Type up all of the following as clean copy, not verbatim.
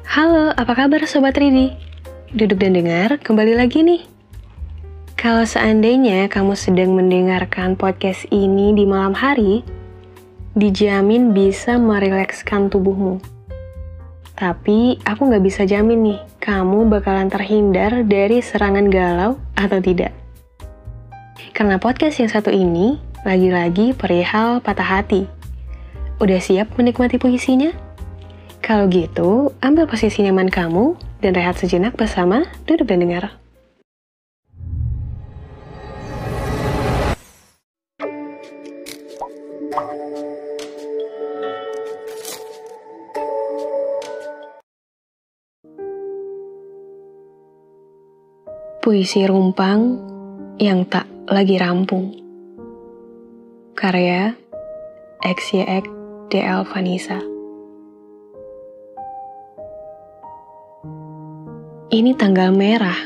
Halo, apa kabar Sobat Ridi? Duduk dan dengar, kembali lagi nih. Kalau seandainya kamu sedang mendengarkan podcast ini di malam hari, dijamin bisa merilekskan tubuhmu. Tapi aku gak bisa jamin nih, kamu bakalan terhindar dari serangan galau atau tidak. Karena podcast yang satu ini, lagi-lagi perihal patah hati. Udah siap menikmati puisinya? Kalau gitu, ambil posisi nyaman kamu dan rehat sejenak bersama Duduk dan Dengar. Puisi Rumpang yang tak lagi rampung. Karya XYX DL Vanessa. Ini tanggal merah.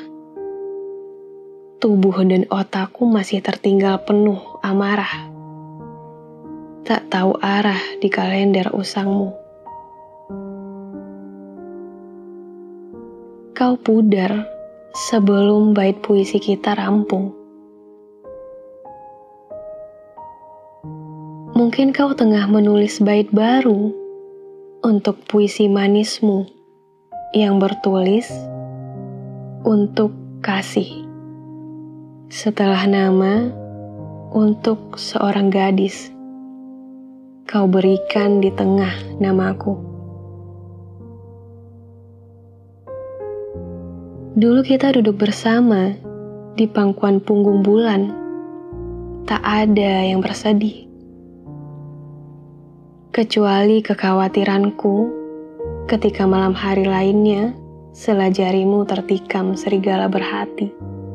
Tubuh dan otakku masih tertinggal penuh amarah. Tak tahu arah di kalender usangmu. Kau pudar sebelum bait puisi kita rampung. Mungkin kau tengah menulis bait baru untuk puisi manismu yang bertulis untuk kasih. Setelah nama untuk seorang gadis, kau berikan di tengah namaku. Dulu kita duduk bersama di pangkuan punggung bulan, tak ada yang bersedih. Kecuali kekhawatiranku ketika malam hari lainnya sela jarimu tertikam serigala berhati.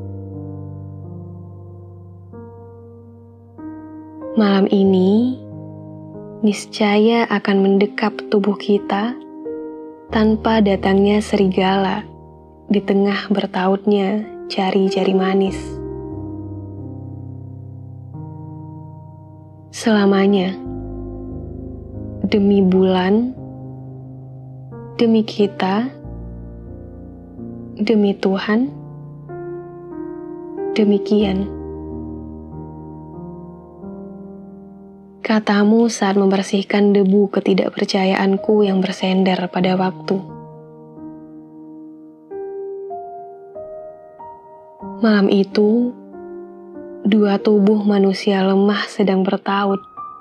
Malam ini niscaya akan mendekap tubuh kita tanpa datangnya serigala di tengah bertautnya jari-jari manis. Selamanya, demi bulan, demi kita, demi Tuhan, demikian. Katamu saat membersihkan debu ketidakpercayaanku yang bersender pada waktu. Malam itu, dua tubuh manusia lemah sedang bertaut,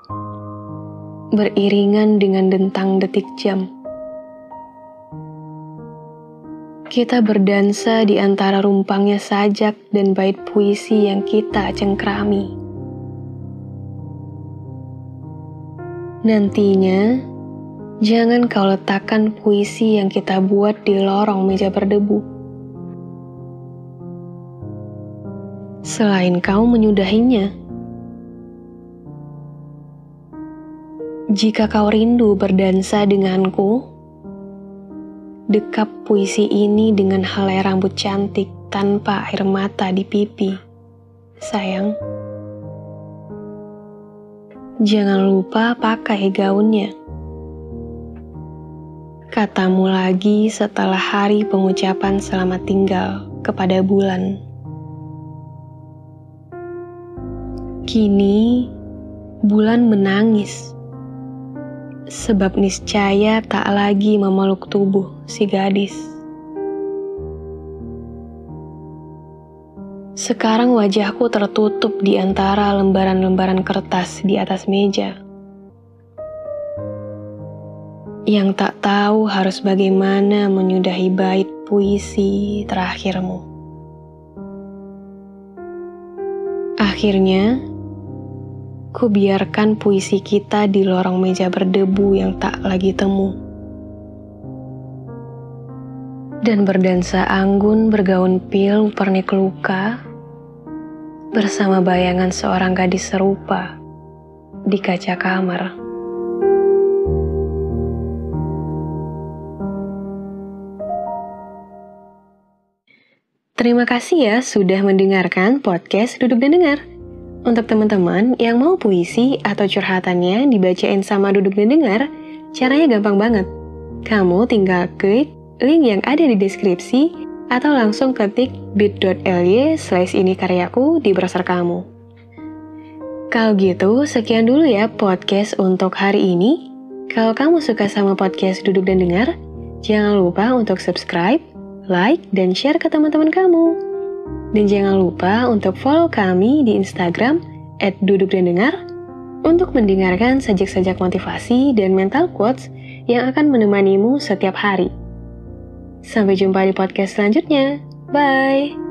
beriringan dengan dentang detik jam. Kita berdansa di antara rumpangnya sajak dan bait puisi yang kita cengkrami. Nantinya, jangan kau letakkan puisi yang kita buat di lorong meja berdebu. Selain kau menyudahinya. Jika kau rindu berdansa denganku, dekap puisi ini dengan helai rambut cantik tanpa air mata di pipi. Sayang, jangan lupa pakai gaunnya. Katamu lagi setelah hari pengucapan selamat tinggal kepada bulan. Kini, bulan menangis. Sebab niscaya tak lagi memeluk tubuh si gadis. Sekarang wajahku tertutup di antara lembaran-lembaran kertas di atas meja. Yang tak tahu harus bagaimana menyudahi bait puisi terakhirmu. Akhirnya, ku biarkan puisi kita di lorong meja berdebu yang tak lagi temu. Dan berdansa anggun bergaun pil pernik luka bersama bayangan seorang gadis serupa di kaca kamar. Terima kasih ya sudah mendengarkan podcast Duduk dan Dengar. Untuk teman-teman yang mau puisi atau curhatannya dibacain sama Duduk dan Dengar, caranya gampang banget. Kamu tinggal klik link yang ada di deskripsi atau langsung ketik bit.ly/inikaryaku di browser kamu. Kalau gitu, sekian dulu ya podcast untuk hari ini. Kalau kamu suka sama podcast Duduk dan Dengar, jangan lupa untuk subscribe, like, dan share ke teman-teman kamu. Dan jangan lupa untuk follow kami di Instagram @dudukdandengar untuk mendengarkan sajak-sajak motivasi dan mental quotes yang akan menemanimu setiap hari. Sampai jumpa di podcast selanjutnya. Bye!